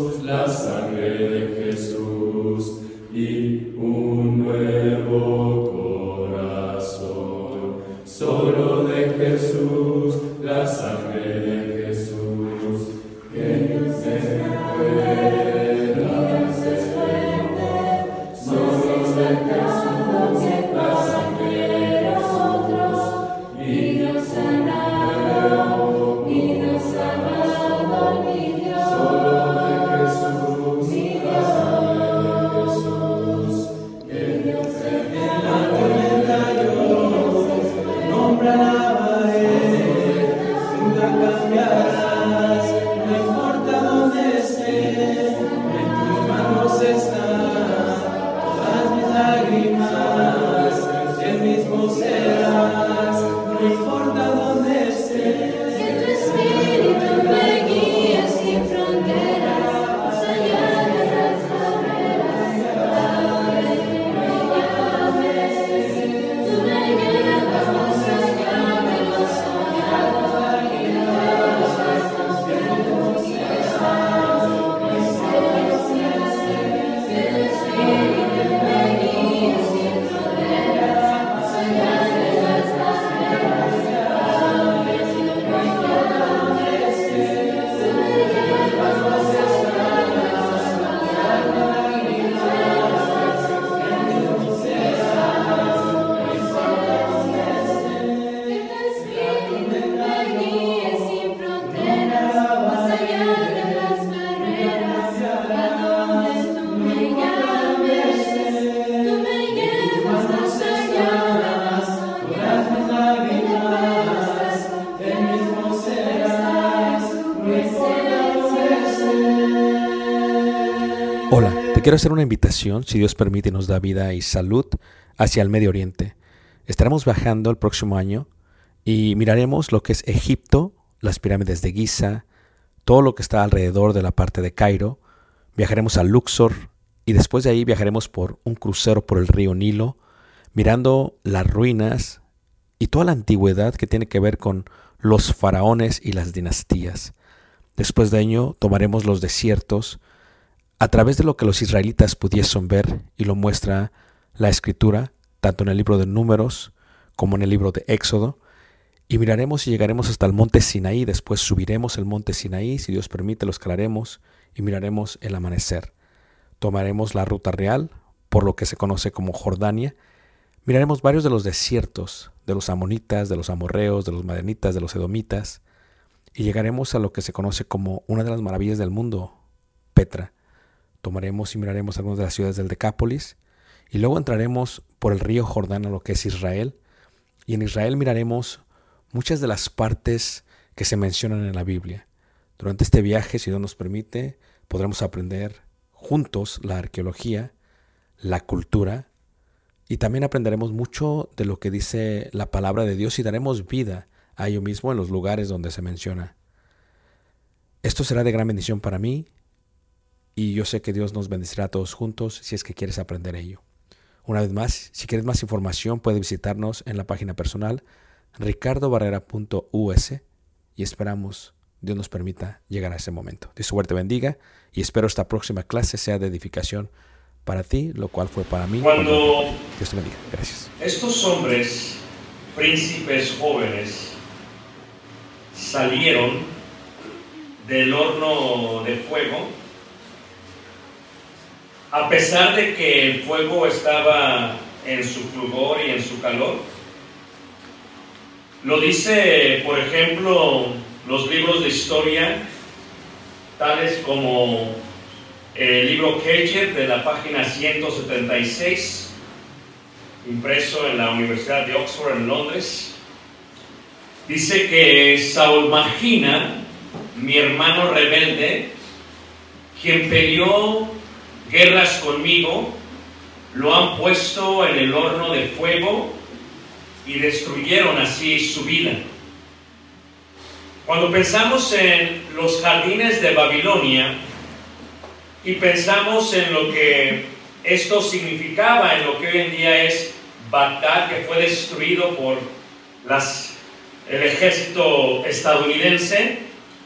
la sangre de Jesús y un nuevo corazón. Solo de Jesús, la sangre de Jesús, que no se pueda desprender. Solo de Jesús, la sangre de nosotros, y nos sanado, mi Dios. Solo de Jesús, la sangre de Jesús, que Dios en la tormenta yo nombre alabaré, nunca cambiarás, no importa dónde estés, en tus manos están todas mis lágrimas, el mismo serás, no importa dónde estés. Que tu espíritu me guíe sin fronteras, más allá de las barreras, a donde tú me llames. Tú me llevas más allá de lo soñado, y de los pasos que hemos trazado. Que tu espíritu me guíe sin fronteras, más allá de las barreras, a donde tú me llames. Tú me llevas más allá de lo soñado, y de los pasos que hemos trazado. Que tu espíritu me guíe sin fronteras, más allá de las barreras, a donde tú me llames. Tú me llevas más allá de lo soñado, y de los pasos que hemos trazado. Hola, te quiero hacer una invitación, si Dios permite y nos da vida y salud, hacia el Medio Oriente. Estaremos viajando el próximo año y miraremos lo que es Egipto, las pirámides de Giza, todo lo que está alrededor de la parte de Cairo. Viajaremos a Luxor y después de ahí viajaremos por un crucero por el río Nilo, mirando las ruinas y toda la antigüedad que tiene que ver con los faraones y las dinastías. Después de ello tomaremos los desiertos a través de lo que los israelitas pudiesen ver, y lo muestra la Escritura, tanto en el libro de Números como en el libro de Éxodo, y miraremos y llegaremos hasta el monte Sinaí. Después subiremos el monte Sinaí, si Dios permite lo escalaremos y miraremos el amanecer. Tomaremos la ruta real por lo que se conoce como Jordania. Miraremos varios de los desiertos, de los amonitas, de los amorreos, de los madianitas, de los edomitas, y llegaremos a lo que se conoce como una de las maravillas del mundo, Petra. Tomaremos y miraremos algunas de las ciudades del Decápolis, y luego entraremos por el río Jordán a lo que es Israel, y en Israel miraremos muchas de las partes que se mencionan en la Biblia. Durante este viaje, si Dios nos permite, podremos aprender juntos la arqueología, la cultura, y también aprenderemos mucho de lo que dice la palabra de Dios y daremos vida a ello mismo en los lugares donde se menciona. Esto será de gran bendición para mí, y yo sé que Dios nos bendecirá a todos juntos si es que quieres aprender ello. Una vez más, si quieres más información, puedes visitarnos en la página personal ricardobarrera.us, y esperamos Dios nos permita llegar a ese momento. Dios suerte bendiga, y espero esta próxima clase sea de edificación para ti, lo cual fue para mí. Cuando Dios te bendiga. Gracias. estos hombres, príncipes jóvenes, salieron del horno de fuego, a pesar de que el fuego estaba en su fulgor y en su calor, lo dice, por ejemplo, los libros de historia, tales como el libro Kejer de la página 176, impreso en la Universidad de Oxford en Londres. Dice que Saúl Magina, mi hermano rebelde, quien peleó guerras conmigo, lo han puesto en el horno de fuego y destruyeron así su vida. Cuando pensamos en los jardines de Babilonia y pensamos en lo que esto significaba en lo que hoy en día es Bagdad, que fue destruido por el ejército estadounidense,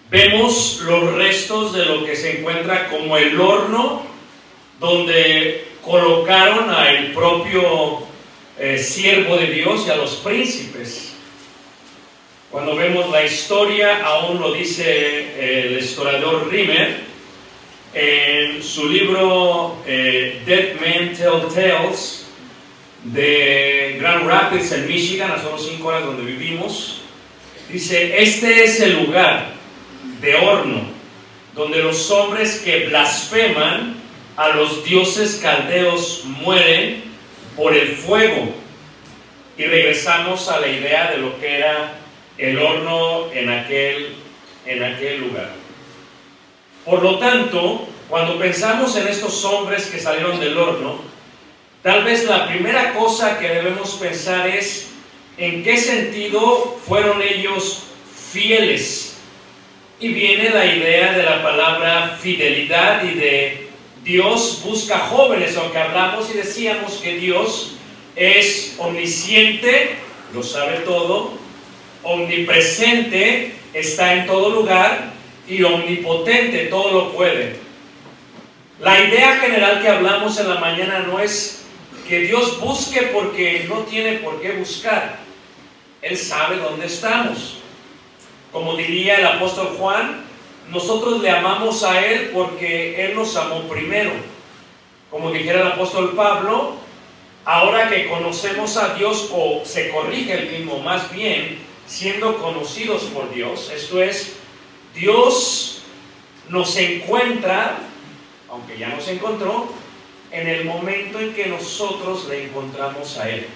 vemos los restos de lo que se encuentra como el horno donde colocaron al propio siervo de Dios y a los príncipes. Cuando vemos la historia, aún lo dice el historiador Rimmer en su libro Dead Men Tell Tales de Grand Rapids en Michigan, a solo 5 horas donde vivimos. Dice: este es el lugar de horno donde los hombres que blasfeman a los dioses caldeos mueren por el fuego. Y regresamos a la idea de lo que era el horno en aquel lugar. Por lo tanto, cuando pensamos en estos hombres que salieron del horno, tal vez la primera cosa que debemos pensar es en qué sentido fueron ellos fieles. Y viene la idea de la palabra fidelidad y de Dios busca jóvenes, aunque hablamos y decíamos que Dios es omnisciente, lo sabe todo, omnipresente, está en todo lugar, y omnipotente, todo lo puede. La idea general que hablamos en la mañana no es que Dios busque porque no tiene por qué buscar. Él sabe dónde estamos. Como diría el apóstol Juan, nosotros le amamos a Él porque Él nos amó primero. Como dijera el apóstol Pablo, ahora que conocemos a Dios, o se corrige el mismo, más bien, siendo conocidos por Dios, esto es, Dios nos encuentra, aunque ya nos encontró, en el momento en que nosotros le encontramos a Él.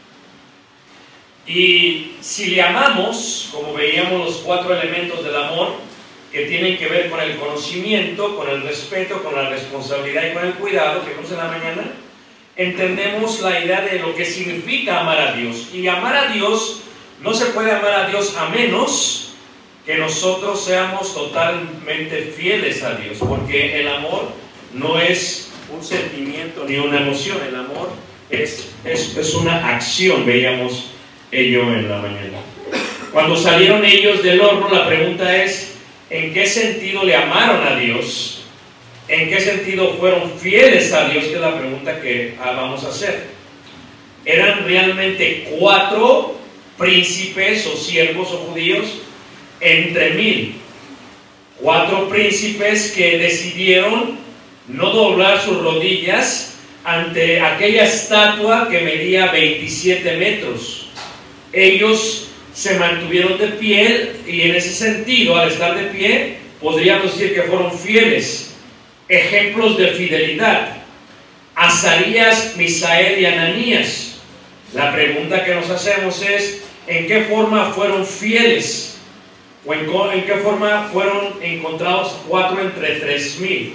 Y si le amamos, como veíamos los 4 elementos del amor, que tienen que ver con el conocimiento, con el respeto, con la responsabilidad y con el cuidado, que vimos en la mañana, entendemos la idea de lo que significa amar a Dios. Y amar a Dios, no se puede amar a Dios a menos que nosotros seamos totalmente fieles a Dios, porque el amor no es un sentimiento ni una emoción, el amor es una acción, veíamos ello en la mañana. Cuando salieron ellos del horno, la pregunta es, ¿en qué sentido le amaron a Dios? ¿En qué sentido fueron fieles a Dios? Que es la pregunta que vamos a hacer. Eran realmente 4 príncipes o siervos o judíos entre 1000. 4 príncipes que decidieron no doblar sus rodillas ante aquella estatua que medía 27 metros. Ellos se mantuvieron de pie, y en ese sentido, al estar de pie, podríamos decir que fueron fieles. Ejemplos de fidelidad: Azarías, Misael y Ananías. La pregunta que nos hacemos es, ¿en qué forma fueron fieles? ¿O en qué forma fueron encontrados 4 entre 3000?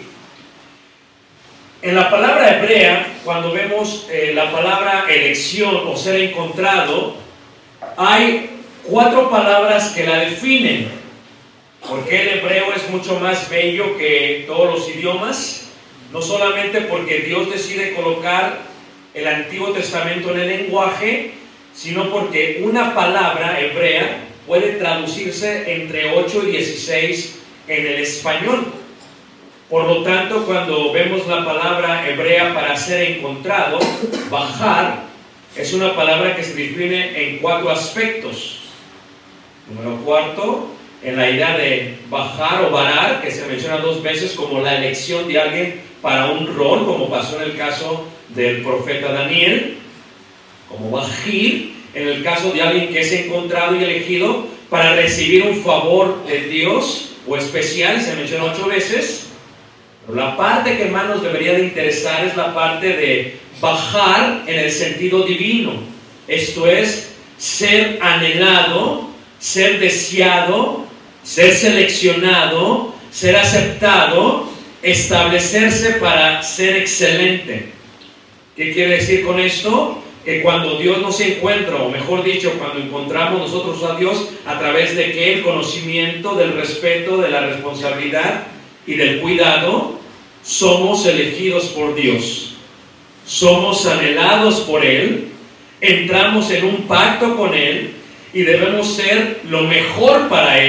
En la palabra hebrea, cuando vemos la palabra elección o ser encontrado, hay 4 palabras que la definen. Porque el hebreo es mucho más bello que todos los idiomas, no solamente porque Dios decide colocar el Antiguo Testamento en el lenguaje, sino porque una palabra hebrea puede traducirse entre 8 y 16 en el español. Por lo tanto, cuando vemos la palabra hebrea para ser encontrado, bajar, es una palabra que se define en 4 aspectos. Número 4, en la idea de bajar o varar, que se menciona 2 veces como la elección de alguien para un rol, como pasó en el caso del profeta Daniel, como bajir, en el caso de alguien que es encontrado y elegido para recibir un favor de Dios o especial, se menciona 8 veces. Pero la parte que más nos debería de interesar es la parte de bajar en el sentido divino. Esto es, ser anhelado, ser deseado, ser seleccionado, ser aceptado, establecerse para ser excelente. ¿Qué quiere decir con esto? Que cuando Dios nos encuentra, o mejor dicho, cuando encontramos nosotros a Dios, a través de que el conocimiento, del respeto, de la responsabilidad y del cuidado, somos elegidos por Dios, somos anhelados por Él, entramos en un pacto con Él y debemos ser lo mejor para Él,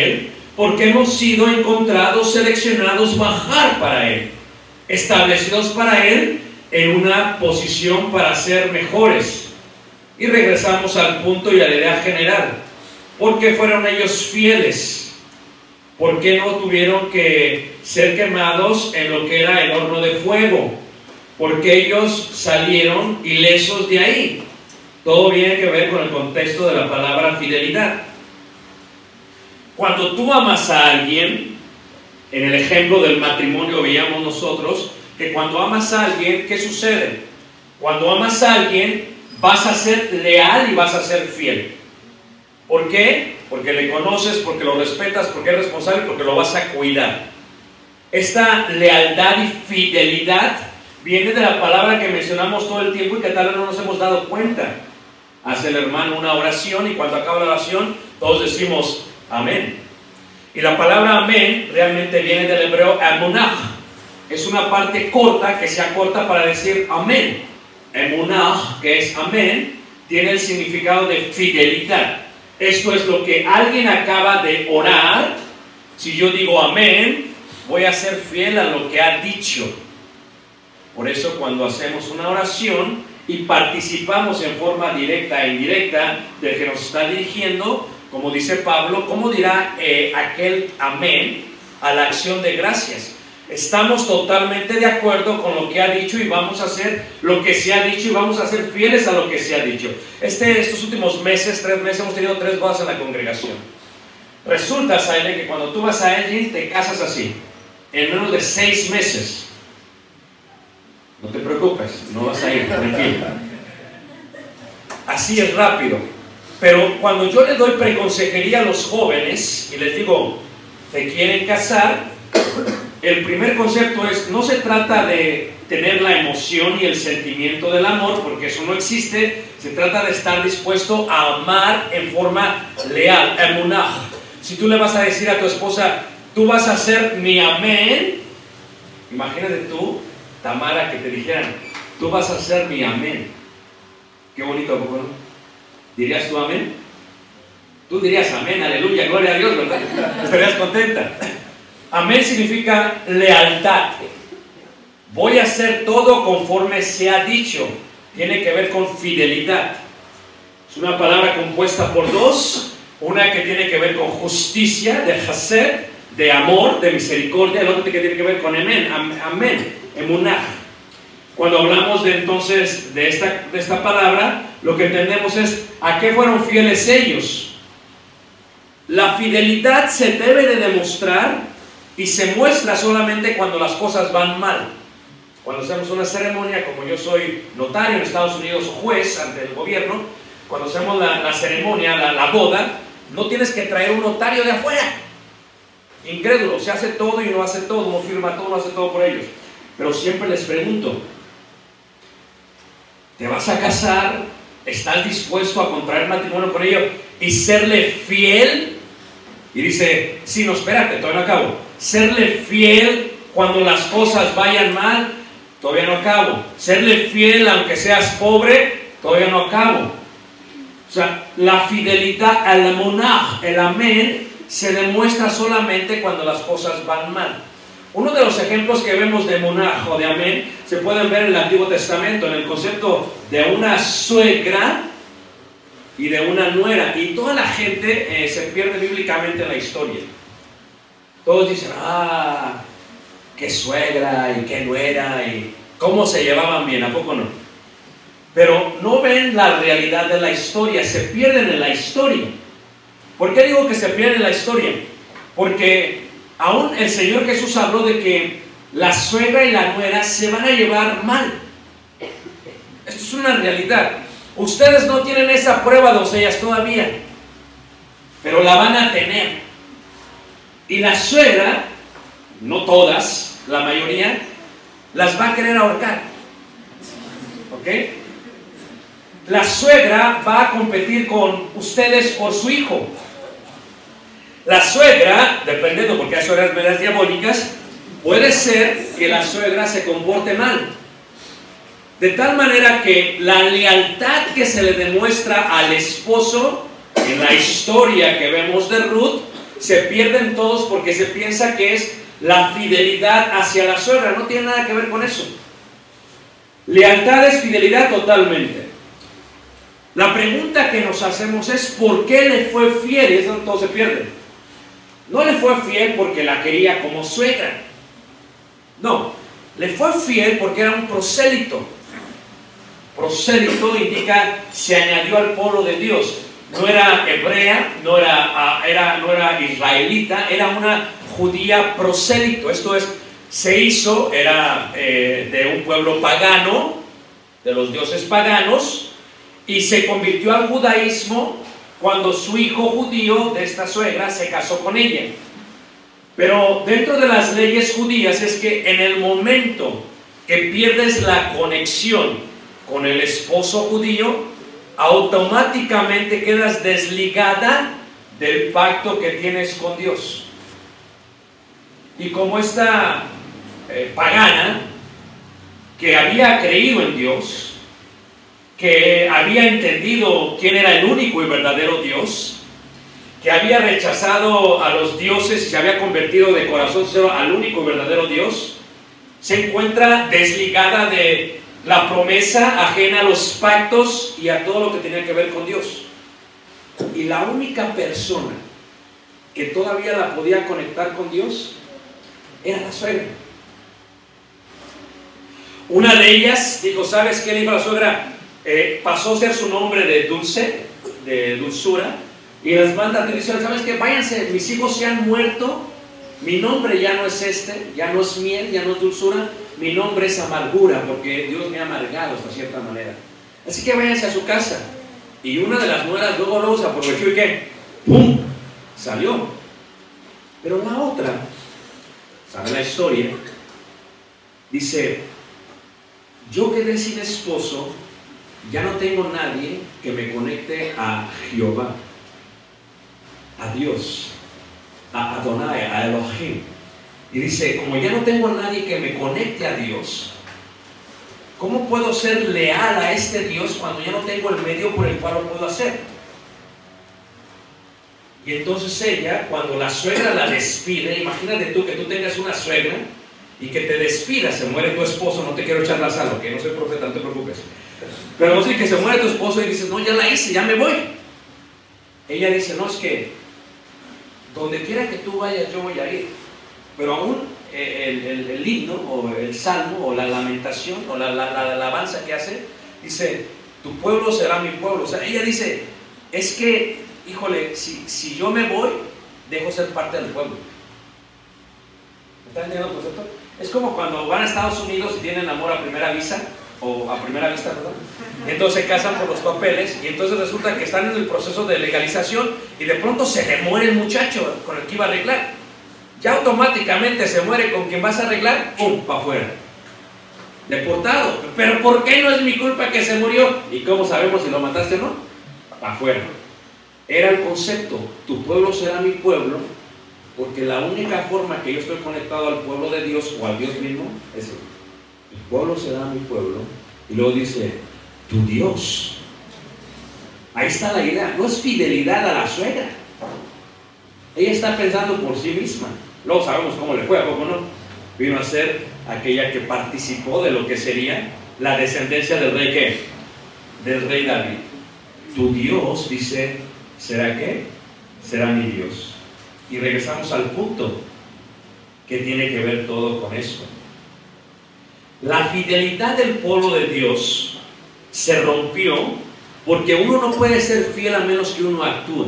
porque hemos sido encontrados, seleccionados, bajar para Él, establecidos para Él en una posición para ser mejores. Y regresamos al punto y a la idea general. ¿Por qué fueron ellos fieles? ¿Por qué no tuvieron que ser quemados en lo que era el horno de fuego? Porque ellos salieron ilesos de ahí. Todo tiene que ver con el contexto de la palabra fidelidad. Cuando tú amas a alguien, en el ejemplo del matrimonio veíamos nosotros que cuando amas a alguien, ¿qué sucede? Cuando amas a alguien, vas a ser leal y vas a ser fiel. ¿Por qué? Porque le conoces, porque lo respetas, porque es responsable, porque lo vas a cuidar. Esta lealtad y fidelidad viene de la palabra que mencionamos todo el tiempo y que tal vez no nos hemos dado cuenta. Hace el hermano una oración y cuando acaba la oración todos decimos amén. Y la palabra amén realmente viene del hebreo emunah. Es una parte corta que se acorta para decir amén. Emunah, que es amén, tiene el significado de fidelidad. Esto es lo que alguien acaba de orar. Si yo digo amén, voy a ser fiel a lo que ha dicho. Por eso cuando hacemos una oración y participamos en forma directa e indirecta del que nos está dirigiendo, como dice Pablo, ¿cómo dirá aquel amén a la acción de gracias? Estamos totalmente de acuerdo con lo que ha dicho y vamos a hacer lo que se ha dicho y vamos a ser fieles a lo que se ha dicho. Estos últimos meses, 3 meses, hemos tenido 3 bodas en la congregación. Resulta, Saile, que cuando tú vas a alguien te casas así, en menos de 6 meses. No te preocupes, no vas a ir, tranquilo. Así es rápido. Pero cuando yo le doy preconsejería a los jóvenes y les digo, ¿te quieren casar? El primer concepto es, no se trata de tener la emoción y el sentimiento del amor, porque eso no existe. Se trata de estar dispuesto a amar en forma leal, emunah. Si tú le vas a decir a tu esposa, tú vas a ser mi amén, imagínate tú, Tamara, que te dijeran, tú vas a ser mi amén. Qué bonito, ¿no? ¿Dirías tú amén? Tú dirías amén, aleluya, gloria a Dios, ¿verdad? Estarías contenta. Amén significa lealtad. Voy a hacer todo conforme se ha dicho. Tiene que ver con fidelidad. Es una palabra compuesta por 2. Una que tiene que ver con justicia, de chesed, de amor, de misericordia. El otro que tiene que ver con amén, amén, emunah. Cuando hablamos entonces de esta palabra, lo que entendemos es ¿a qué fueron fieles ellos? La fidelidad se debe de demostrar y se muestra solamente cuando las cosas van mal. Cuando hacemos una ceremonia, como yo soy notario en Estados Unidos, juez ante el gobierno, cuando hacemos la ceremonia, la boda, no tienes que traer un notario de afuera. Incrédulo, se hace todo y no hace todo, uno firma todo, no hace todo por ellos. Pero siempre les pregunto, ¿te vas a casar? ¿Estás dispuesto a contraer matrimonio con ellos y serle fiel? Y dice, sí, no, espérate, todavía no acabo. Serle fiel cuando las cosas vayan mal, todavía no acabo. Serle fiel aunque seas pobre, todavía no acabo. O sea, la fidelidad al emunah, el amén, se demuestra solamente cuando las cosas van mal. Uno de los ejemplos que vemos de emunah o de amén se pueden ver en el Antiguo Testamento, en el concepto de una suegra y de una nuera. Y toda la gente se pierde bíblicamente en la historia. Todos dicen, qué suegra y qué nuera y cómo se llevaban bien, ¿a poco no? Pero no ven la realidad de la historia, se pierden en la historia. ¿Por qué digo que se pierden en la historia? Porque aún el Señor Jesús habló de que la suegra y la nuera se van a llevar mal. Esto es una realidad. Ustedes no tienen esa prueba, doncellas, todavía, pero la van a tener. Y la suegra, no todas, la mayoría, las va a querer ahorcar. ¿Ok? La suegra va a competir con ustedes por su hijo. La suegra, dependiendo, porque hay suegras medias diabólicas, puede ser que la suegra se comporte mal. De tal manera que la lealtad que se le demuestra al esposo en la historia que vemos de Ruth se pierden todos porque se piensa que es la fidelidad hacia la suegra. No tiene nada que ver con eso. Lealtad es fidelidad totalmente. La pregunta que nos hacemos es ¿por qué le fue fiel? Y es donde todo se pierde. No le fue fiel porque la quería como suegra. No, le fue fiel porque era un prosélito. Prosélito indica se añadió al pueblo de Dios. No era hebrea, no era israelita, era una judía prosélito. Esto es, era de un pueblo pagano, de los dioses paganos, y se convirtió al judaísmo cuando su hijo judío de esta suegra se casó con ella. Pero dentro de las leyes judías es que en el momento que pierdes la conexión con el esposo judío, automáticamente quedas desligada del pacto que tienes con Dios. Y como esta pagana que había creído en Dios, que había entendido quién era el único y verdadero Dios, que había rechazado a los dioses y se había convertido de corazón sincero al único y verdadero Dios, se encuentra desligada de la promesa, ajena a los pactos y a todo lo que tenía que ver con Dios. Y la única persona que todavía la podía conectar con Dios era la suegra. Una de ellas dijo, ¿sabes qué? Le dijo a la suegra, pasó a ser su nombre de dulce, de dulzura, y les manda a decir, ¿sabes qué? Váyanse, mis hijos se han muerto, mi nombre ya no es ya no es miel, ya no es dulzura, mi nombre es amargura, porque Dios me ha amargado hasta cierta manera. Así que váyanse a su casa. Y una de las nueras luego se aprovechó y ¿qué? ¡Pum! Salió. Pero la otra, ¿sabe la historia? Dice, yo quedé sin esposo, ya no tengo nadie que me conecte a Jehová, a Dios, a Adonai, a Elohim. Y dice, como ya no tengo a nadie que me conecte a Dios, ¿cómo puedo ser leal a este Dios cuando ya no tengo el medio por el cual lo puedo hacer? Y entonces ella, cuando la suegra la despide, imagínate tú que tú tengas una suegra y que te despida, se muere tu esposo, no te quiero echar la sal, que no soy profeta, no te preocupes. Pero no sé que se muere tu esposo y dices, no, ya la hice, ya me voy. Ella dice, no, es que donde quiera que tú vayas yo voy a ir. Pero aún el himno o el salmo o la lamentación o la alabanza que hace, dice, tu pueblo será mi pueblo. O sea, ella dice, es que, híjole, si yo me voy, dejo ser parte del pueblo. ¿Me están entendiendo el concepto? Es como cuando van a Estados Unidos y tienen amor a primera vista, o a primera vista, ¿verdad? Entonces se casan por los papeles y entonces resulta que están en el proceso de legalización y de pronto se le muere el muchacho con el que iba a arreglar. Ya automáticamente se muere con quien vas a arreglar, ¡pum!, para afuera. Deportado. ¿Pero por qué no es mi culpa que se murió? ¿Y cómo sabemos si lo mataste o no? Para afuera. Era el concepto, tu pueblo será mi pueblo, porque la única forma que yo estoy conectado al pueblo de Dios o al Dios mismo es el pueblo será mi pueblo. Y luego dice, tu Dios. Ahí está la idea. No es fidelidad a la suegra. Ella está pensando por sí misma. Luego sabemos cómo le fue, ¿a poco no? Vino a ser aquella que participó de lo que sería la descendencia del rey, ¿qué? Del rey David. Tu Dios, dice, ¿será qué? Será mi Dios. Y regresamos al punto que tiene que ver todo con esto. La fidelidad del pueblo de Dios se rompió porque uno no puede ser fiel a menos que uno actúe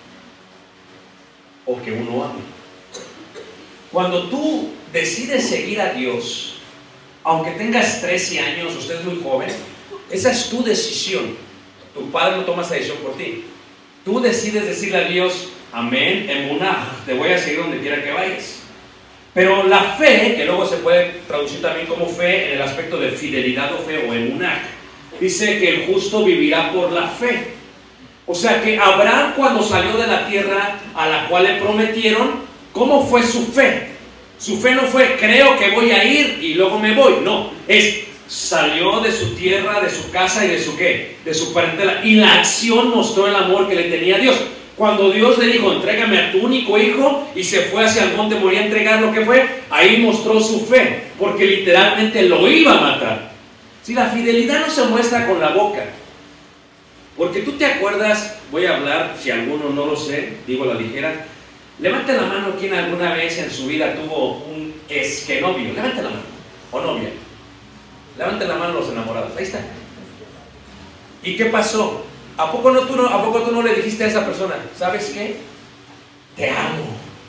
o que uno ame. Cuando tú decides seguir a Dios, aunque tengas 13 años, usted es muy joven, esa es tu decisión. Tu padre no toma esa decisión por ti. Tú decides decirle a Dios, amén, emunah, te voy a seguir donde quiera que vayas. Pero la fe, que luego se puede traducir también como fe en el aspecto de fidelidad o fe o emunah, dice que el justo vivirá por la fe. O sea que Abraham, cuando salió de la tierra a la cual le prometieron, ¿cómo fue su fe? Su fe no fue, creo que voy a ir y luego me voy. No, salió de su tierra, de su casa y de su ¿qué? De su parentela. Y la acción mostró el amor que le tenía a Dios. Cuando Dios le dijo, entrégame a tu único hijo, y se fue hacia el monte Moría a entregar lo que fue, ahí mostró su fe, porque literalmente lo iba a matar. Si la fidelidad no se muestra con la boca, porque tú te acuerdas, voy a hablar, si alguno no lo sé, digo a la ligera, levante la mano quien alguna vez en su vida tuvo un exnovio, levante la mano, o novia, levante la mano los enamorados, ahí está. ¿Y qué pasó? ¿A poco tú no le dijiste a esa persona, ¿sabes qué? Te amo.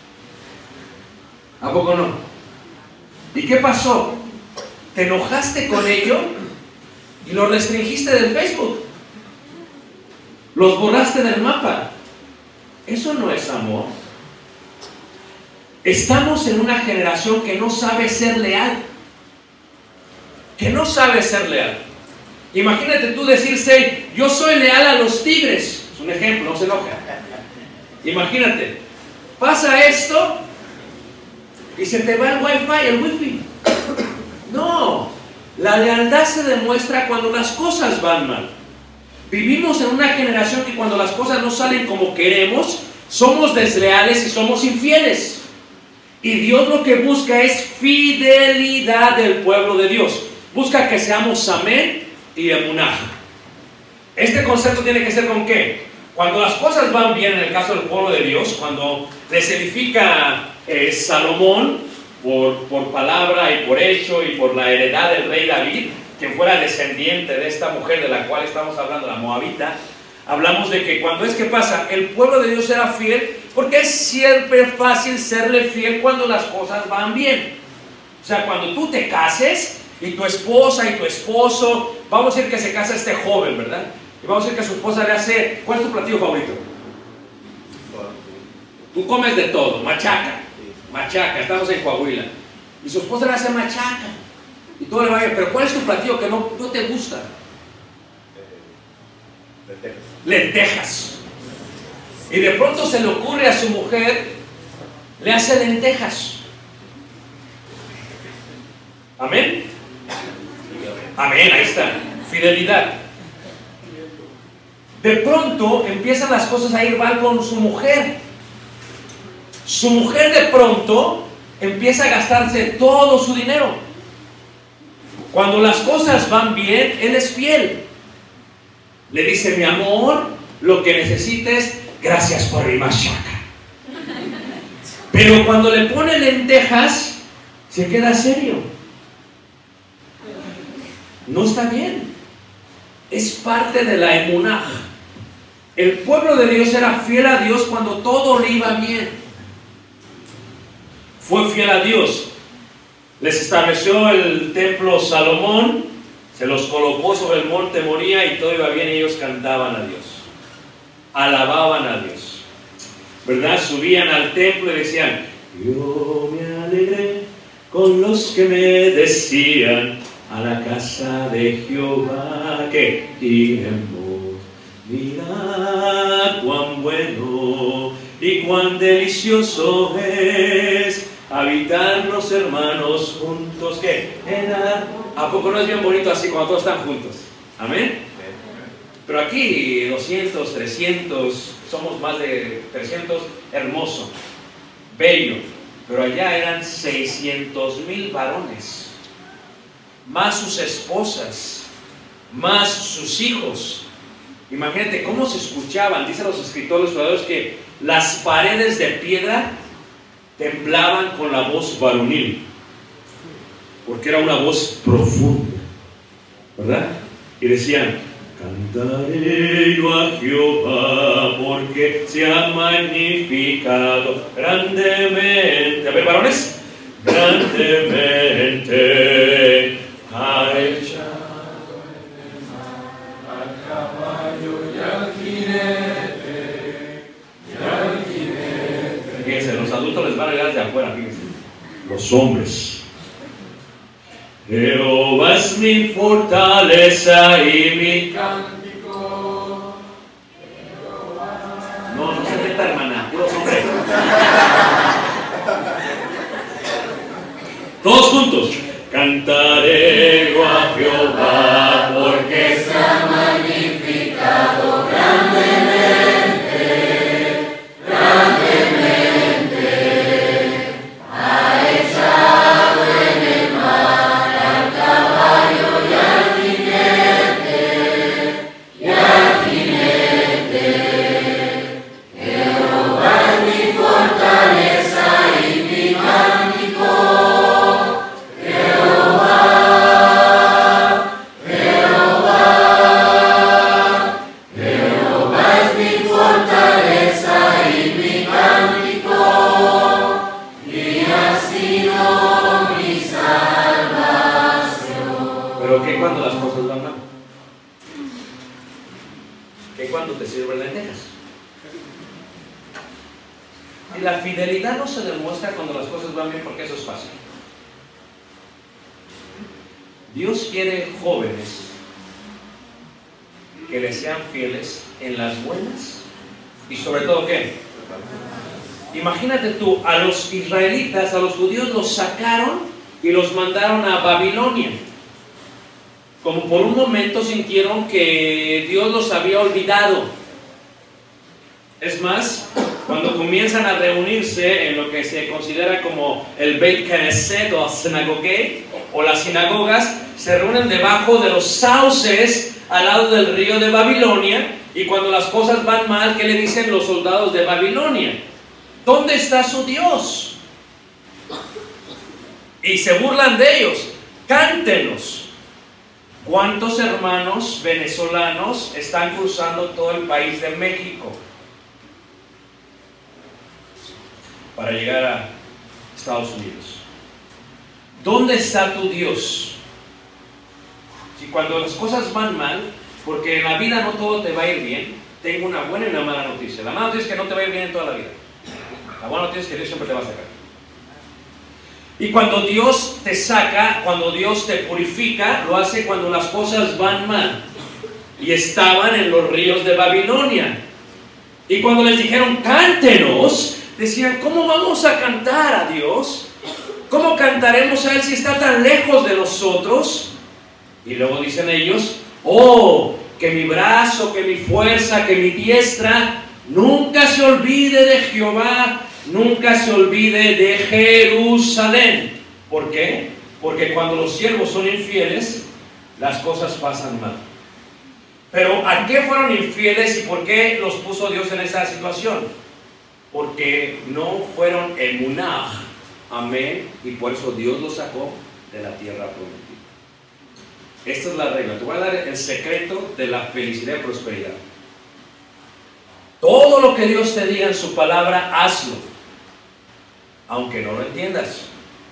¿A poco no? ¿Y qué pasó? Te enojaste con ello y lo restringiste del Facebook. Los borraste del mapa. Eso no es amor. Estamos en una generación que no sabe ser leal. Que no sabe ser leal. Imagínate tú decirse, yo soy leal a los Tigres. Es un ejemplo, no se enoja. Imagínate, pasa esto y se te va el wifi, el wifi. No, la lealtad se demuestra cuando las cosas van mal. Vivimos en una generación que cuando las cosas no salen como queremos, somos desleales y somos infieles. Y Dios lo que busca es fidelidad del pueblo de Dios. Busca que seamos amén y emunah. Este concepto tiene que ser ¿con qué? Cuando las cosas van bien, en el caso del pueblo de Dios, cuando les edifica Salomón por palabra y por hecho y por la heredad del rey David, quien fuera descendiente de esta mujer de la cual estamos hablando, la moabita, hablamos de que cuando es que pasa, el pueblo de Dios era fiel, porque es siempre fácil serle fiel cuando las cosas van bien. O sea, cuando tú te cases y tu esposa y tu esposo, vamos a decir que se casa este joven, ¿verdad? Y vamos a decir que su esposa le hace, ¿cuál es tu platillo favorito? Tú comes de todo, machaca, estamos en Coahuila, y su esposa le hace machaca, y todo le va bien, pero ¿cuál es tu platillo que no te gusta? Lentejas. Y de pronto se le ocurre a su mujer, le hace lentejas. Amén. Amén, ahí está, fidelidad. De pronto empiezan las cosas a ir mal con su mujer. Su mujer de pronto empieza a gastarse todo su dinero. Cuando las cosas van bien, él es fiel. Le dice, mi amor, lo que necesites, gracias por mi machaca. Pero cuando le pone lentejas, se queda serio. No está bien. Es parte de la emunah. El pueblo de Dios era fiel a Dios cuando todo le iba bien. Fue fiel a Dios. Les estableció el templo Salomón, se los colocó sobre el monte Moría y todo iba bien y ellos cantaban a Dios. Alababan a Dios. ¿Verdad? Subían al templo y decían, yo me alegré con los que me decían, a la casa de Jehová que iremos. Mirad cuán bueno y cuán delicioso es habitar los hermanos juntos. ¿Qué? ¿A poco no es bien bonito así cuando todos están juntos? Amén. Pero aquí 200, 300, somos más de 300, hermoso, bello. Pero allá eran 600,000 varones, más sus esposas, más sus hijos. Imagínate cómo se escuchaban. Dicen los escritores que las paredes de piedra temblaban con la voz varonil, porque era una voz profunda, ¿verdad? Y decían, cantaré yo a Jehová porque se ha magnificado grandemente. A ver, varones, grandemente ha echado al caballo y al jinete, Fíjense, los adultos les van a llegar de afuera, fíjense. Los hombres. Jehová es mi fortaleza y mi cántico. No se meta, hermana, puros hombres. Todos juntos. Cantaré yo a Jehová porque Se ha magnificado grandemente, ¿Qué cuando las cosas van mal? ¿Qué cuando te sirven lentejas? Y la fidelidad no se demuestra cuando las cosas van bien, porque eso es fácil. Dios quiere jóvenes que le sean fieles en las buenas y sobre todo, ¿qué? Imagínate tú, a los israelitas, a los judíos los sacaron y los mandaron a Babilonia. Como por un momento sintieron que Dios los había olvidado. Es más, cuando comienzan a reunirse en lo que se considera como el Beit Knesset o sinagogue o las sinagogas, se reúnen debajo de los sauces al lado del río de Babilonia, y cuando las cosas van mal, ¿qué le dicen los soldados de Babilonia? ¿Dónde está su Dios? Y se burlan de ellos. Cántenos. ¿Cuántos hermanos venezolanos están cruzando todo el país de México para llegar a Estados Unidos? ¿Dónde está tu Dios? Si cuando las cosas van mal, porque en la vida no todo te va a ir bien, tengo una buena y una mala noticia. La mala noticia es que no te va a ir bien en toda la vida. La buena noticia es que Dios siempre te va a sacar. Y cuando Dios te saca, cuando Dios te purifica, lo hace cuando las cosas van mal. Y estaban en los ríos de Babilonia. Y cuando les dijeron, cántenos, decían, ¿cómo vamos a cantar a Dios? ¿Cómo cantaremos a Él si está tan lejos de nosotros? Y luego dicen ellos, oh, que mi brazo, que mi fuerza, que mi diestra nunca se olvide de Jehová, nunca se olvide de Jerusalén. ¿Por qué? Porque cuando los siervos son infieles, las cosas pasan mal. Pero ¿a qué fueron infieles y por qué los puso Dios en esa situación? Porque no fueron emunah, amén, y por eso Dios los sacó de la tierra prometida. Esta es la regla. Te voy a dar el secreto de la felicidad y prosperidad. Todo lo que Dios te diga en su palabra, hazlo. Aunque no lo entiendas.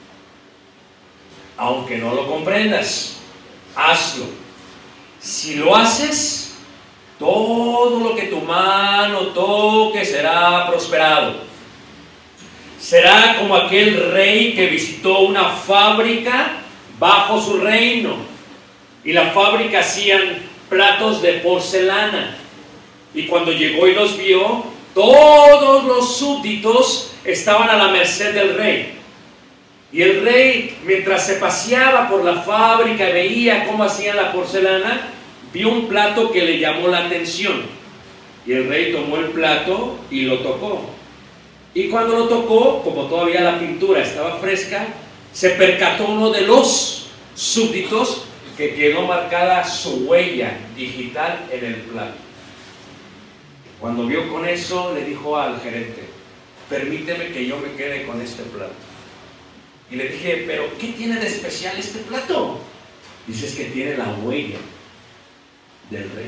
Aunque no lo comprendas. Hazlo. Si lo haces, todo lo que tu mano toque será prosperado. Será como aquel rey que visitó una fábrica bajo su reino. Y la fábrica hacían platos de porcelana. Y cuando llegó y los vio, todos los súbditos estaban a la merced del rey. Y el rey, mientras se paseaba por la fábrica y veía cómo hacían la porcelana, vio un plato que le llamó la atención. Y el rey tomó el plato y lo tocó. Y cuando lo tocó, como todavía la pintura estaba fresca, se percató uno de los súbditos que quedó marcada su huella digital en el plato. Cuando vio con eso, le dijo al gerente, permíteme que yo me quede con este plato. Y le dije, pero ¿qué tiene de especial este plato? Dice, es que tiene la huella del rey.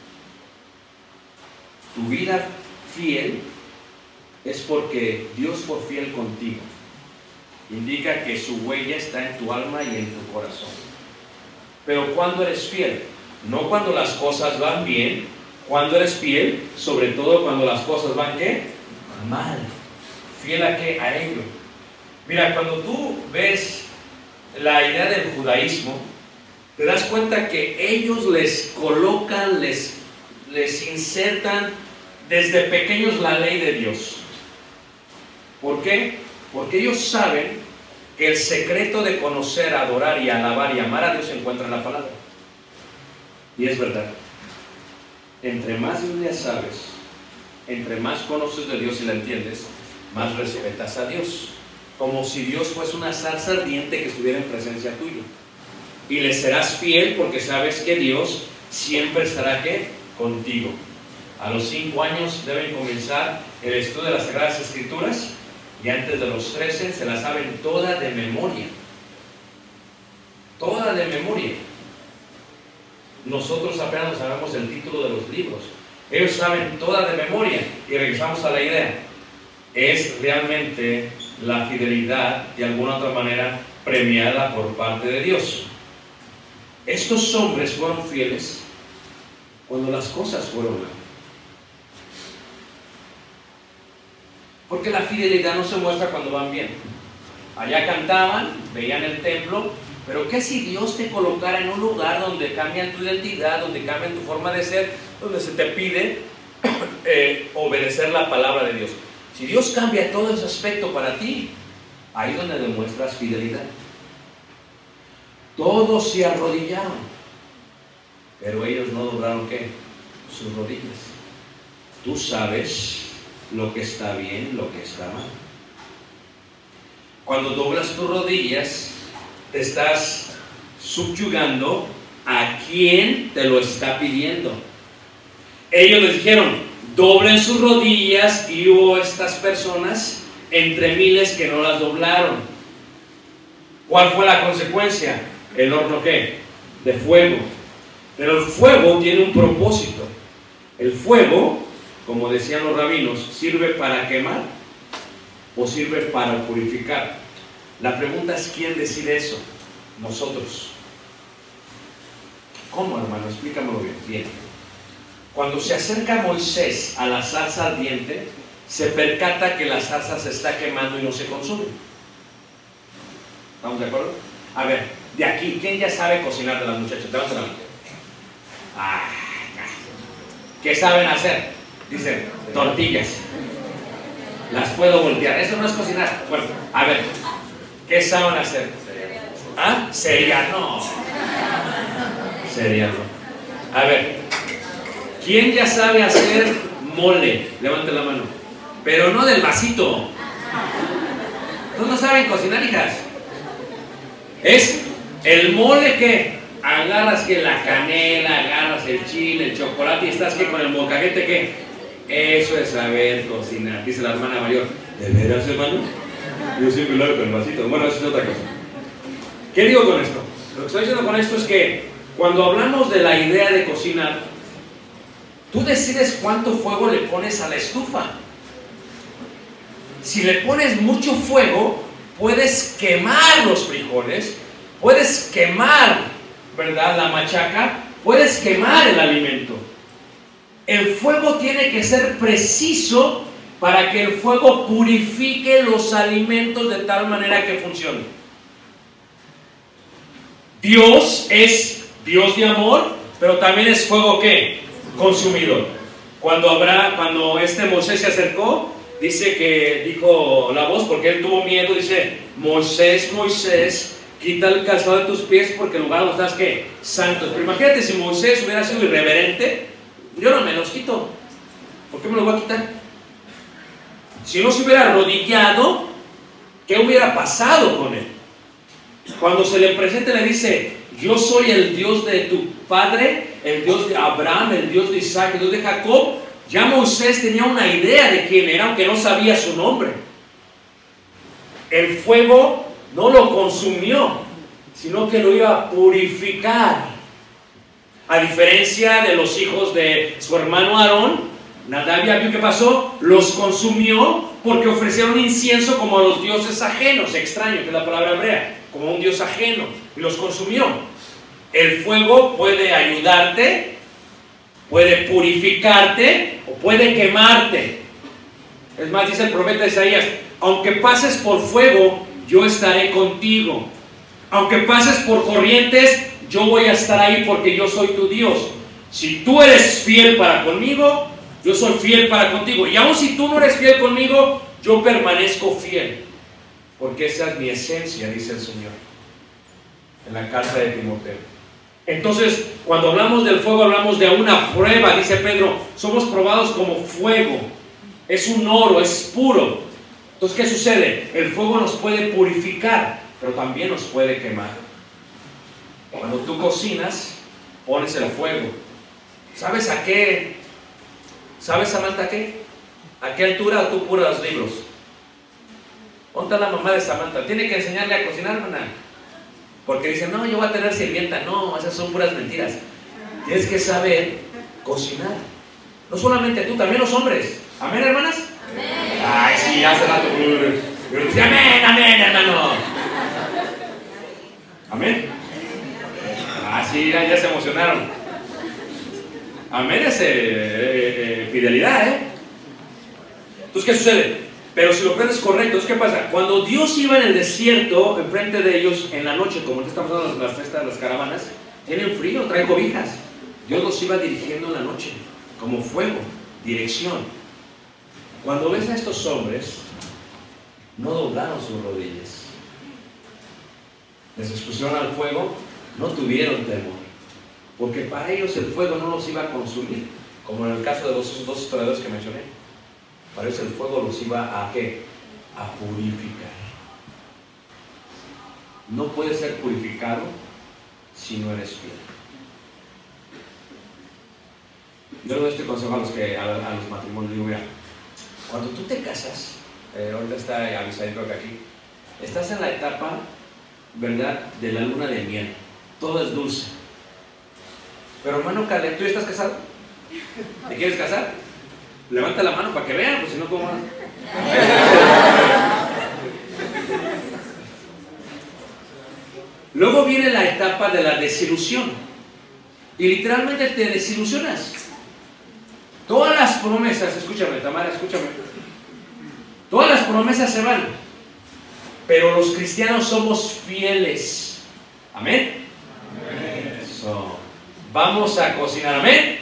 Tu vida fiel es porque Dios fue fiel contigo. Indica que su huella está en tu alma y en tu corazón. Pero ¿cuándo eres fiel? No cuando las cosas van bien. ¿Cuándo eres fiel? Sobre todo cuando las cosas van, ¿qué? Mal. ¿Fiel a qué? A ello. Mira, cuando tú ves la idea del judaísmo, te das cuenta que ellos les colocan, les insertan desde pequeños la ley de Dios. ¿Por qué? Porque ellos saben que el secreto de conocer, adorar y alabar y amar a Dios se encuentra en la palabra. Y es verdad. Entre más Biblia sabes, entre más conoces de Dios y la entiendes, más respetas a Dios. Como si Dios fuese una zarza ardiente que estuviera en presencia tuya. Y le serás fiel porque sabes que Dios siempre estará, ¿qué? Contigo. A los 5 años deben comenzar el estudio de las Sagradas Escrituras. Y antes de los 13 se la saben toda de memoria. Toda de memoria. Nosotros apenas no sabemos el título de los libros. Ellos saben toda de memoria. Y regresamos a la idea. Es realmente la fidelidad, de alguna otra manera, premiada por parte de Dios. Estos hombres fueron fieles cuando las cosas fueron mal. Porque la fidelidad no se muestra cuando van bien. Allá cantaban, veían el templo, pero ¿qué si Dios te colocara en un lugar donde cambian tu identidad, donde cambian tu forma de ser, donde se te pide obedecer la palabra de Dios? Si Dios cambia todo ese aspecto para ti, ahí es donde demuestras fidelidad. Todos se arrodillaron, pero ellos no doblaron ¿qué? Sus rodillas. Tú sabes lo que está bien, lo que está mal. Cuando doblas tus rodillas, te estás subyugando a quien te lo está pidiendo. Ellos les dijeron, doblen sus rodillas, y hubo estas personas entre miles que no las doblaron. ¿Cuál fue la consecuencia? ¿El horno qué? De fuego. Pero el fuego tiene un propósito. El fuego, como decían los rabinos, ¿sirve para quemar o sirve para purificar? La pregunta es, ¿quién decide eso? Nosotros. ¿Cómo, hermano? Explícamelo bien. Bien. Cuando se acerca Moisés a la zarza ardiente, se percata que la zarza se está quemando y no se consume. ¿Estamos de acuerdo? A ver, de aquí, ¿quién ya sabe cocinar de las muchachas? Levanta la mano. ¿Qué saben hacer? Dicen, tortillas. Las puedo voltear. Eso no es cocinar. Bueno, a ver, ¿qué saben hacer? ¿Ah? Cereal, no. Cereal, no. A ver, ¿quién ya sabe hacer mole? Levante la mano. Pero no del vasito. No saben cocinar, hijas. Es el mole que agarras que la canela, agarras el chile, el chocolate y estás que con el molcajete que eso es saber cocinar. Dice la hermana mayor, ¿de veras, hermano? Yo siempre lo hago con el vasito. Bueno, eso es otra cosa. ¿Qué digo con esto? Lo que estoy diciendo con esto es que cuando hablamos de la idea de cocinar, tú decides cuánto fuego le pones a la estufa. Si le pones mucho fuego, puedes quemar los frijoles, puedes quemar, ¿verdad?, la machaca, puedes quemar el alimento. El fuego tiene que ser preciso para que el fuego purifique los alimentos de tal manera que funcione. Dios es Dios de amor, pero también es fuego ¿qué? Consumidor. Cuando Moisés se acercó, dice que dijo la voz, porque él tuvo miedo, dice, Moisés, Moisés, quita el calzado de tus pies porque el lugar donde estás ¿qué? Santos. Pero imagínate si Moisés hubiera sido irreverente, yo no me los quito. ¿Por qué me los voy a quitar? Si no se hubiera arrodillado, ¿qué hubiera pasado con él? Cuando se le presenta le dice, yo soy el Dios de tu padre, el Dios de Abraham, el Dios de Isaac, el Dios de Jacob. Ya Moisés tenía una idea de quién era, aunque no sabía su nombre. El fuego no lo consumió, sino que lo iba a purificar. A diferencia de los hijos de su hermano Aarón, Nadab y Abiú, ¿qué pasó? Los consumió porque ofrecieron incienso como a los dioses ajenos, extraño, que es la palabra hebrea, como un dios ajeno, y los consumió. El fuego puede ayudarte, puede purificarte o puede quemarte. Es más, dice el profeta Isaías, aunque pases por fuego, yo estaré contigo. Aunque pases por corrientes, yo voy a estar ahí porque yo soy tu Dios. Si tú eres fiel para conmigo, yo soy fiel para contigo. Y aun si tú no eres fiel conmigo, yo permanezco fiel. Porque esa es mi esencia, dice el Señor en la carta de Timoteo. Entonces, cuando hablamos del fuego, hablamos de una prueba, dice Pedro, somos probados como fuego. Es un oro, es puro. Entonces, ¿qué sucede? El fuego nos puede purificar, pero también nos puede quemar. Cuando tú cocinas, pones el fuego. ¿Sabes a qué? ¿Sabes, Samantha, qué? ¿A qué altura tú puras los libros? ¿Dónde está la mamá de Samantha? Tiene que enseñarle a cocinar, hermana. Porque dicen, no, yo voy a tener sirvienta. No, esas son puras mentiras. Tienes que saber cocinar. No solamente tú, también los hombres. ¿Amén, hermanas? Amén. Ay, sí, hace rato. Amén, amén, hermano. Amén. Ah, sí, ya se emocionaron. Amén es fidelidad, ¿eh? Entonces, ¿qué sucede? Pero si lo prendes correcto, ¿qué pasa? Cuando Dios iba en el desierto, enfrente de ellos, en la noche, como estamos hablando de las fiestas, las caravanas, tienen frío, traen cobijas. Dios los iba dirigiendo en la noche, como fuego, dirección. Cuando ves a estos hombres, no doblaron sus rodillas. Les expusieron al fuego, no tuvieron temor. Porque para ellos el fuego no los iba a consumir, como en el caso de los dos historiadores que mencioné. Para ellos el fuego los iba a ¿qué? A purificar. No puedes ser purificado si no eres fiel. Yo le doy este consejo a los matrimonios. Digo, mira, cuando tú te casas, ahorita está avisadito que aquí, estás en la etapa, ¿verdad?, de la luna de miel. Todo es dulce. Pero hermano Caleb, ¿tú ya estás casado? ¿Te quieres casar? Levanta la mano para que vean, pues si no, ¿cómo van? Luego viene la etapa de la desilusión. Y literalmente te desilusionas. Todas las promesas, escúchame, Tamara, escúchame. Todas las promesas se van. Pero los cristianos somos fieles. ¿Amén? Amén. So, vamos a cocinar, ¿amén?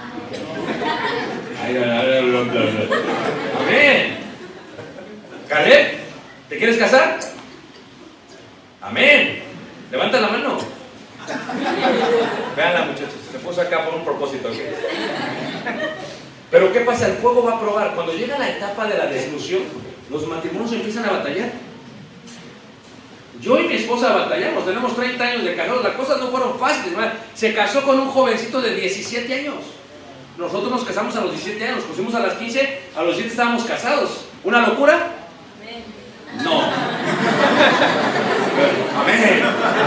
Amén. Caleb, ¿te quieres casar? Amén. Levanta la mano. Veanla, muchachos, se puso acá por un propósito, ¿ok? Pero ¿qué pasa? El fuego va a probar. Cuando llega la etapa de la desilusión, los matrimonios empiezan a batallar. Yo y mi esposa batallamos, tenemos 30 años de casados, las cosas no fueron fáciles, ¿verdad? Se casó con un jovencito de 17 años. Nosotros nos casamos a los 17 años, nos pusimos a las 15, a los 7 estábamos casados. ¿Una locura? No. Amén.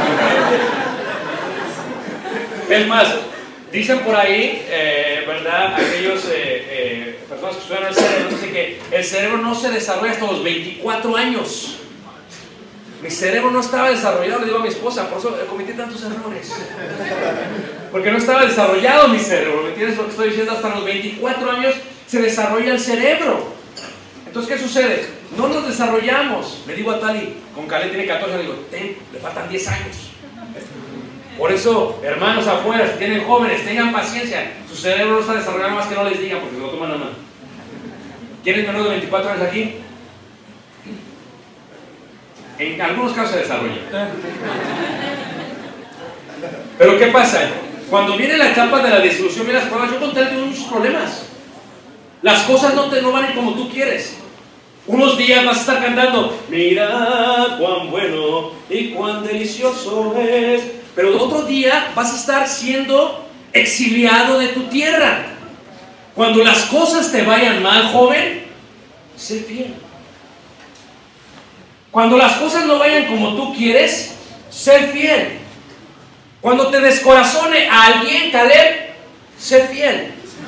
Es más, dicen por ahí, ¿verdad? Aquellos personas que estudian el cerebro, dicen que el cerebro no se desarrolla hasta los 24 años. Mi cerebro no estaba desarrollado, le digo a mi esposa, por eso cometí tantos errores. Porque no estaba desarrollado mi cerebro, ¿me entiendes lo que estoy diciendo? Hasta los 24 años se desarrolla el cerebro. Entonces, ¿qué sucede? No nos desarrollamos. Le digo a Tali, con Caleb tiene 14, le digo, le faltan 10 años. Por eso, hermanos afuera, si tienen jóvenes, tengan paciencia. Su cerebro no está desarrollado, más que no les digan, porque se lo toman a mano. ¿Quieren menos de 24 años aquí? En algunos casos se desarrolla. Pero ¿qué pasa? Cuando viene la etapa de la desilusión, mira las pruebas, yo conté muchos problemas. Las cosas no van a ir como tú quieres. Unos días vas a estar cantando, mirad cuán bueno y cuán delicioso es. Pero otro día vas a estar siendo exiliado de tu tierra. Cuando las cosas te vayan mal, joven, sé fiel. Cuando las cosas no vayan como tú quieres, sé fiel. Cuando te descorazone a alguien, Caleb, sé fiel.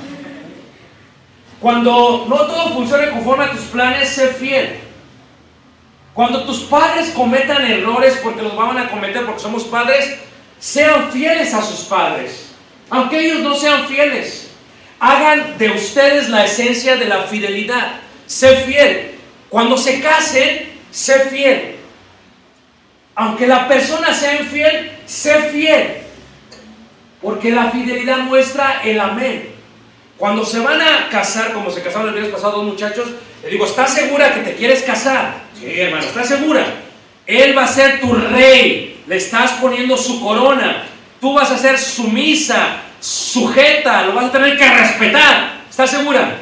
Cuando no todo funcione conforme a tus planes, sé fiel. Cuando tus padres cometan errores, porque los van a cometer porque somos padres, sean fieles a sus padres. Aunque ellos no sean fieles, hagan de ustedes la esencia de la fidelidad. Sé fiel. Cuando se casen, sé fiel. Aunque la persona sea infiel, sé fiel. Porque la fidelidad muestra el amén. Cuando se van a casar, como se casaron el viernes pasado 2 muchachos, le digo, ¿estás segura que te quieres casar? Sí, hermano, ¿estás segura? Él va a ser tu rey. Le estás poniendo su corona. Tú vas a ser sumisa, sujeta, lo vas a tener que respetar. ¿Estás segura?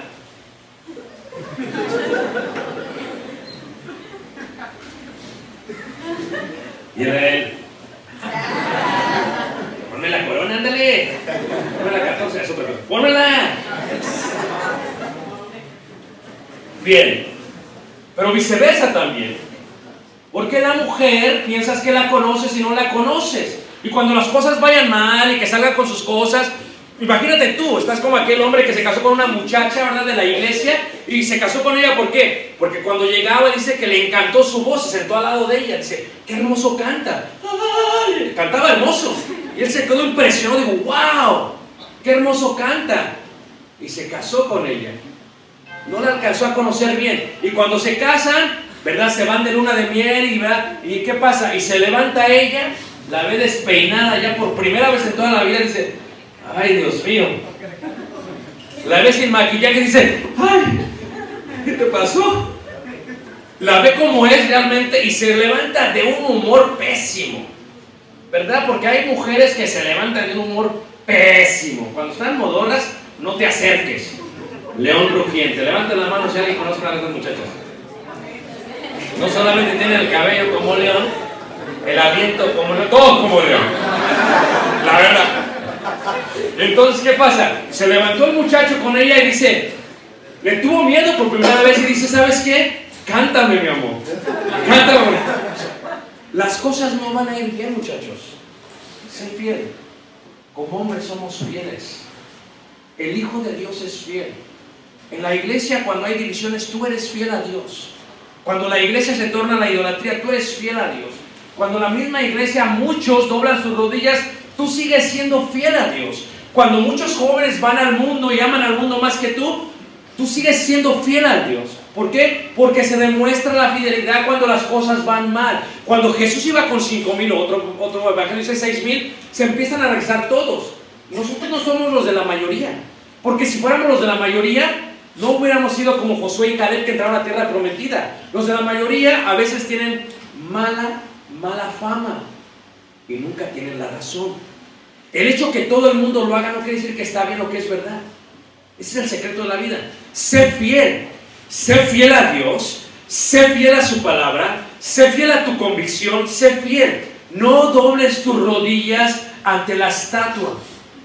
Y él, ponme la corona, ándale. Ponme la 14, eso, pero pónmela. Bien, pero viceversa también. Porque la mujer piensas que la conoces y no la conoces. Y cuando las cosas vayan mal y que salga con sus cosas, imagínate tú, estás como aquel hombre que se casó con una muchacha, ¿verdad?, de la iglesia, y se casó con ella, ¿por qué? Porque cuando llegaba dice que le encantó su voz, se sentó al lado de ella, dice, qué hermoso canta. ¡Ay! Cantaba hermoso. Y él se quedó impresionado, dijo, wow, qué hermoso canta. Y se casó con ella. No la alcanzó a conocer bien. Y cuando se casan, ¿verdad? Se van de luna de miel y, ¿verdad? ¿Y qué pasa? Y se levanta ella, la ve despeinada ya por primera vez en toda la vida y dice, ay, Dios mío. La ve sin maquillaje y dice, ay, ¿qué te pasó? La ve como es realmente y se levanta de un humor pésimo, ¿verdad? Porque hay mujeres que se levantan de un humor pésimo. Cuando están modorras, no te acerques. León rugiente. Levanten la mano si alguien conoce a estas muchachas. No solamente tienen el cabello como león, el aliento como león, todo como león. La verdad. Entonces, ¿qué pasa? Se levantó el muchacho con ella y dice, le tuvo miedo por primera vez y dice, ¿sabes qué? Cántame, mi amor. Cántame. Las cosas no van a ir bien, muchachos. Sé fiel. Como hombres somos fieles. El Hijo de Dios es fiel. En la iglesia, cuando hay divisiones, tú eres fiel a Dios. Cuando la iglesia se torna a la idolatría, tú eres fiel a Dios. Cuando en la misma iglesia muchos doblan sus rodillas, tú sigues siendo fiel a Dios. Cuando muchos jóvenes van al mundo y aman al mundo más que tú sigues siendo fiel a Dios. ¿Por qué? Porque se demuestra la fidelidad cuando las cosas van mal. Cuando Jesús iba con 5,000, otro evangelio dice 6,000, se empiezan a regresar todos. Nosotros no somos los de la mayoría. Porque si fuéramos los de la mayoría, no hubiéramos sido como Josué y Caleb que entraron a la tierra prometida. Los de la mayoría a veces tienen mala fama y nunca tienen la razón. El hecho que todo el mundo lo haga no quiere decir que está bien o que es verdad. Ese es el secreto de la vida. Sé fiel a Dios, sé fiel a su palabra, sé fiel a tu convicción, sé fiel. No dobles tus rodillas ante la estatua.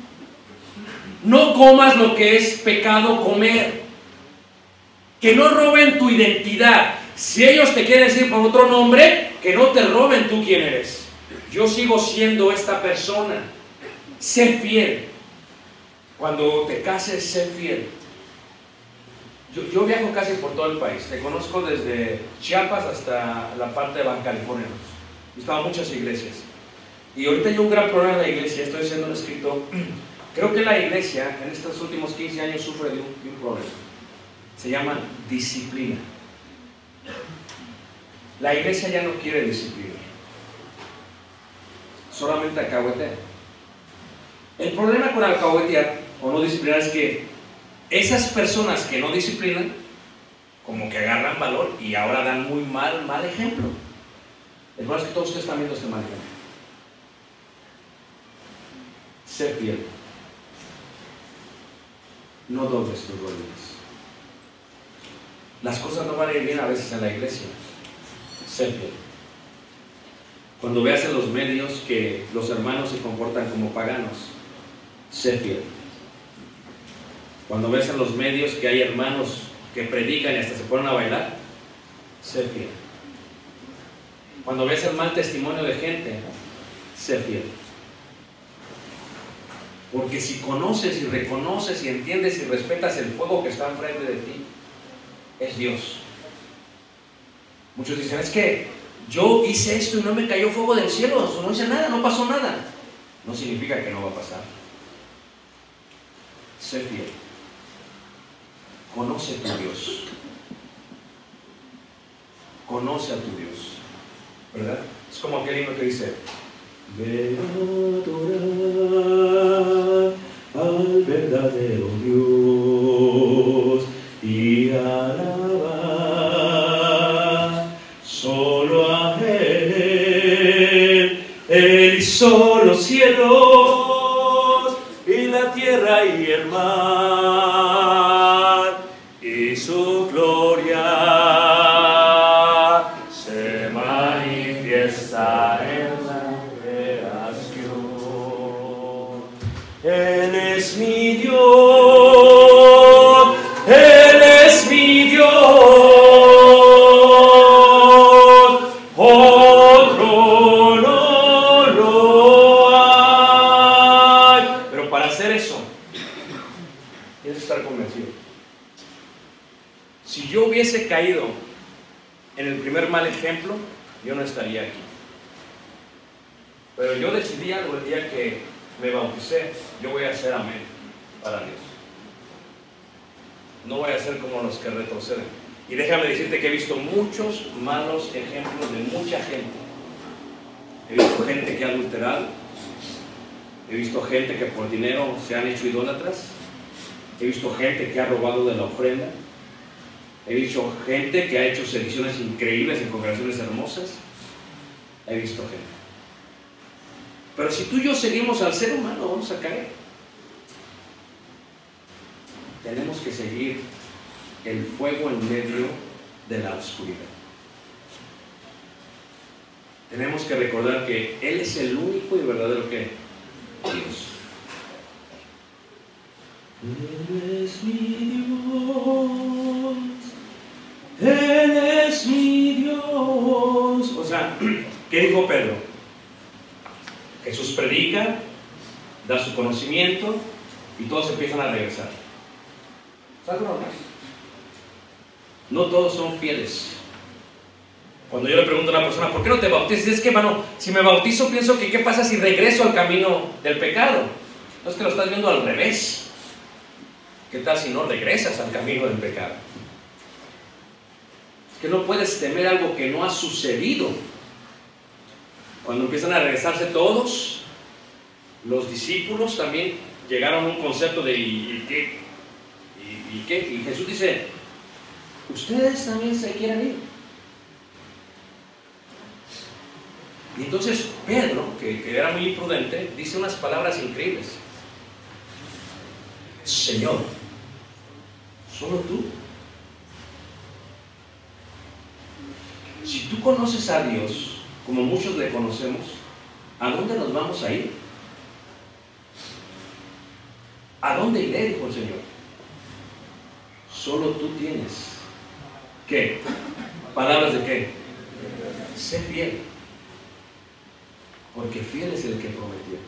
No comas lo que es pecado comer. Que no roben tu identidad. Si ellos te quieren decir por otro nombre, que no te roben tú quién eres. Yo sigo siendo esta persona. Sé fiel. Cuando te cases, sé fiel. Yo viajo casi por todo el país. Te conozco desde Chiapas hasta la parte de Baja California. He estado en muchas iglesias. Y ahorita hay un gran problema en la iglesia. Estoy haciendo un escrito. Creo que la iglesia en estos últimos 15 años sufre de un problema. Se llama disciplina. La iglesia ya no quiere disciplina. Solamente alcahuetea. El problema con alcahuetear o no disciplinar es que esas personas que no disciplinan, como que agarran valor y ahora dan muy mal ejemplo. El problema es que todos ustedes están viendo este mal ejemplo. Sé fiel. No dobles tus rodillas. Las cosas no van a ir bien a veces en la iglesia. Sé fiel. Cuando veas en los medios que los hermanos se comportan como paganos, sé fiel. Cuando ves en los medios que hay hermanos que predican y hasta se ponen a bailar, sé fiel. Cuando ves el mal testimonio de gente, sé fiel. Porque si conoces y reconoces y entiendes y respetas el fuego que está enfrente de ti, es Dios. Muchos dicen, es que yo hice esto y no me cayó fuego del cielo, no hice nada, no pasó nada. No significa que no va a pasar. Sé fiel. Conoce a tu Dios. Conoce a tu Dios. ¿Verdad? Es como aquel himno que dice, ven a adorar al verdadero Dios y alabar solo a Él hizo los cielos y la tierra y el mar y su gloria se manifiesta en la creación. Él es mi Dios, Él es mi Dios, otro no lo hay. Pero para hacer eso, tienes que estar convencido. Si yo hubiese caído en el primer mal ejemplo, yo no estaría aquí. Pero yo decidí algo el día que me bauticé, yo voy a hacer amén para Dios. No voy a ser como los que retroceden. Y déjame decirte que he visto muchos malos ejemplos de mucha gente. He visto gente que ha adulterado. He visto gente que por dinero se han hecho idólatras. He visto gente que ha robado de la ofrenda. He visto gente que ha hecho sediciones increíbles en congregaciones hermosas. He visto gente. Pero si tú y yo seguimos al ser humano, vamos a caer. Tenemos que seguir el fuego en medio de la oscuridad. Tenemos que recordar que Él es el único y verdadero que Dios. Él es mi Dios. Él es mi Dios. O sea, ¿qué dijo Pedro? Jesús predica, da su conocimiento y todos empiezan a regresar. ¿Sabes lo más? No todos son fieles. Cuando yo le pregunto a una persona, ¿por qué no te bautizas? Es que, hermano, si me bautizo pienso que ¿qué pasa si regreso al camino del pecado? No, es que lo estás viendo al revés. ¿Qué tal si no regresas al camino del pecado? Es que no puedes temer algo que no ha sucedido. Cuando empiezan a regresarse todos, los discípulos también llegaron a un concepto de ¿y qué? ¿Y qué? Y Jesús dice, ustedes también se quieren ir. Y entonces Pedro, que era muy imprudente, dice unas palabras increíbles. Señor, ¿solo tú? Si tú conoces a Dios, como muchos le conocemos, ¿a dónde nos vamos a ir? ¿A dónde iré? Dijo el Señor. Solo tú tienes. ¿Qué? ¿Palabras de qué? Sé fiel. Porque fiel es el que prometió.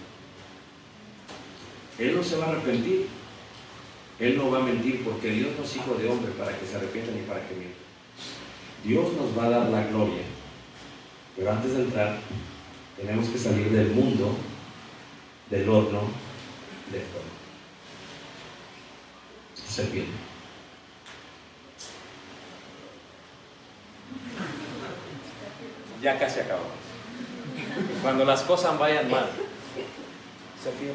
Él no se va a arrepentir. Él no va a mentir porque Dios no es hijo de hombre para que se arrepienta ni para que mienta. Dios nos va a dar la gloria. Pero antes de entrar, tenemos que salir del mundo, del horno, del fuego. Sé fiel. Ya casi acabamos. Cuando las cosas vayan mal, sé fiel.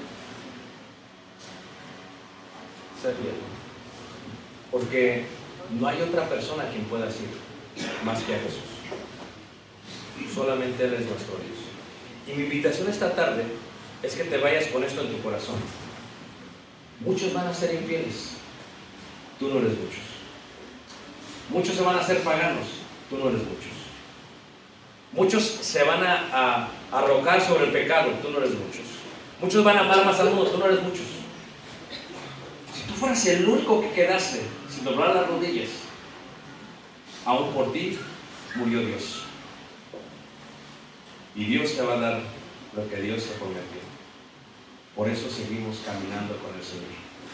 Sé fiel. Porque no hay otra persona a quien pueda decir más que a Jesús. Solamente Él es nuestro Dios. Y mi invitación esta tarde es que te vayas con esto en tu corazón. Muchos van a ser infieles. Tú no eres muchos. Muchos se van a hacer paganos. Tú no eres muchos. Muchos se van a arrojar sobre el pecado. Tú no eres muchos. Muchos van a amar más al mundo. Tú no eres muchos. Si tú fueras el único que quedase sin doblar las rodillas, aún por ti murió Dios. Y Dios te va a dar lo que Dios te prometió. Por eso seguimos caminando con el Señor.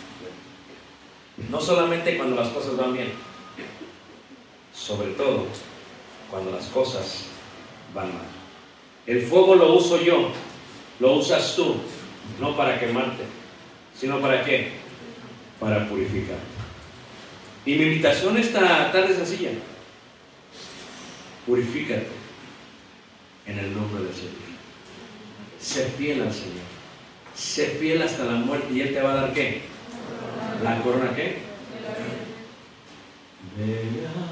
No solamente cuando las cosas van bien, sobre todo cuando las cosas van mal. El fuego lo uso yo, lo usas tú, no para quemarte, sino para ¿qué? Para purificar. Y mi invitación esta tarde es sencilla. Purifícate en el nombre del Señor. Sé fiel al Señor. Sé fiel hasta la muerte y Él te va a dar ¿qué? ¿La corona qué? Ven a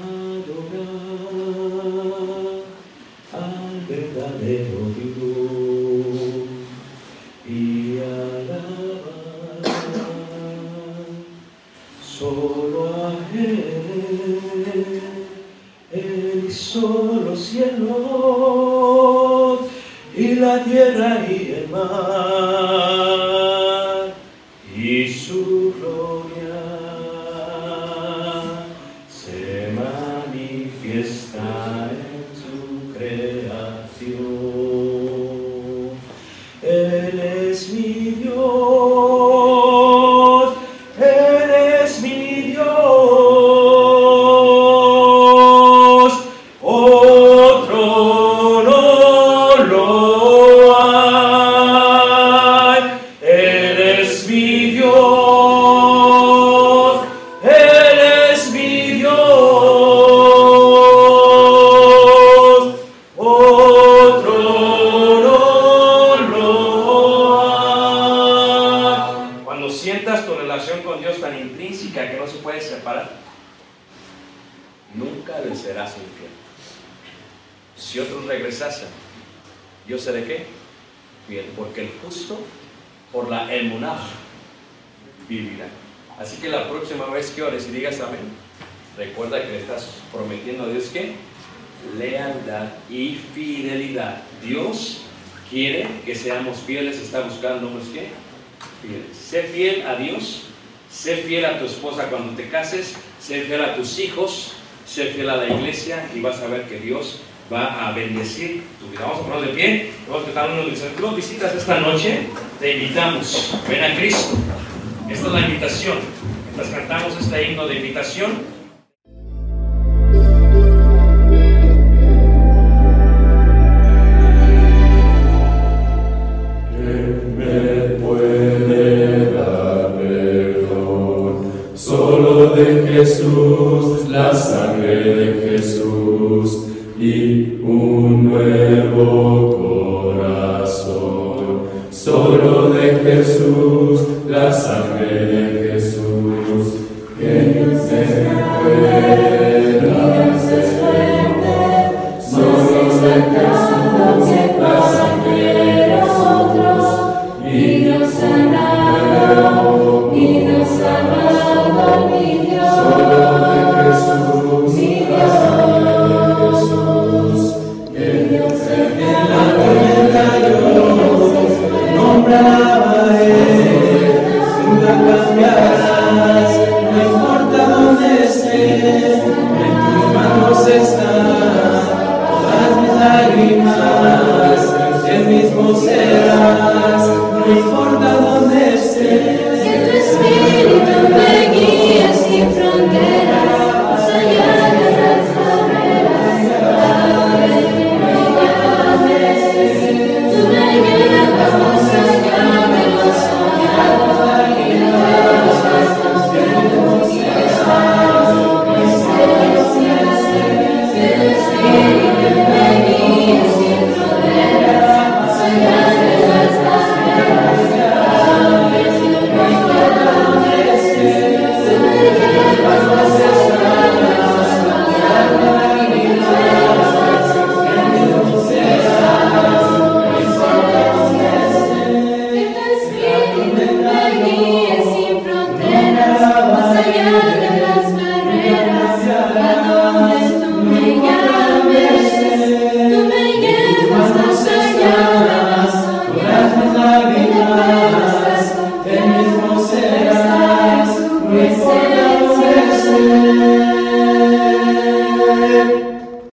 adorar al verdadero Dios y alabar solo a Él hizo los cielos y la tierra y el mar y su gloria se manifiesta en su creación. Él es mi Dios, Él es mi Dios, otro física que no se puede separar, nunca le serás infiel. Si otros regresasen, yo seré ¿qué? Fiel, porque el justo por la emuná vivirá. Así que la próxima vez que ores y digas amén, recuerda que le estás prometiendo a Dios ¿qué? Lealtad y fidelidad. Dios quiere que seamos fieles, está buscando hombres ¿qué? Fieles. Sé fiel a Dios, sé fiel a tu esposa cuando te cases, sé fiel a tus hijos, sé fiel a la iglesia y vas a ver que Dios va a bendecir tu vida. Vamos a ponernos de pie, vamos a cantar uno de los tú visitas esta noche, te invitamos, ven a Cristo. Esta es la invitación. Mientras cantamos este himno de invitación, de Jesús, la sangre de Jesús y un nuevo corazón. Solo de Jesús, la sangre de Jesús, que Dios es fuerte, Dios es fuerte, solo de Jesús, la sangre de nosotros, y Dios sanado, y Dios sanado, mi Dios, solo de Jesús, mi Dios, que Dios es en la tormenta yo nombraba Él, nunca cambiarás, no importa dónde estés, en tus manos están todas mis lágrimas, el mismo serás, no importa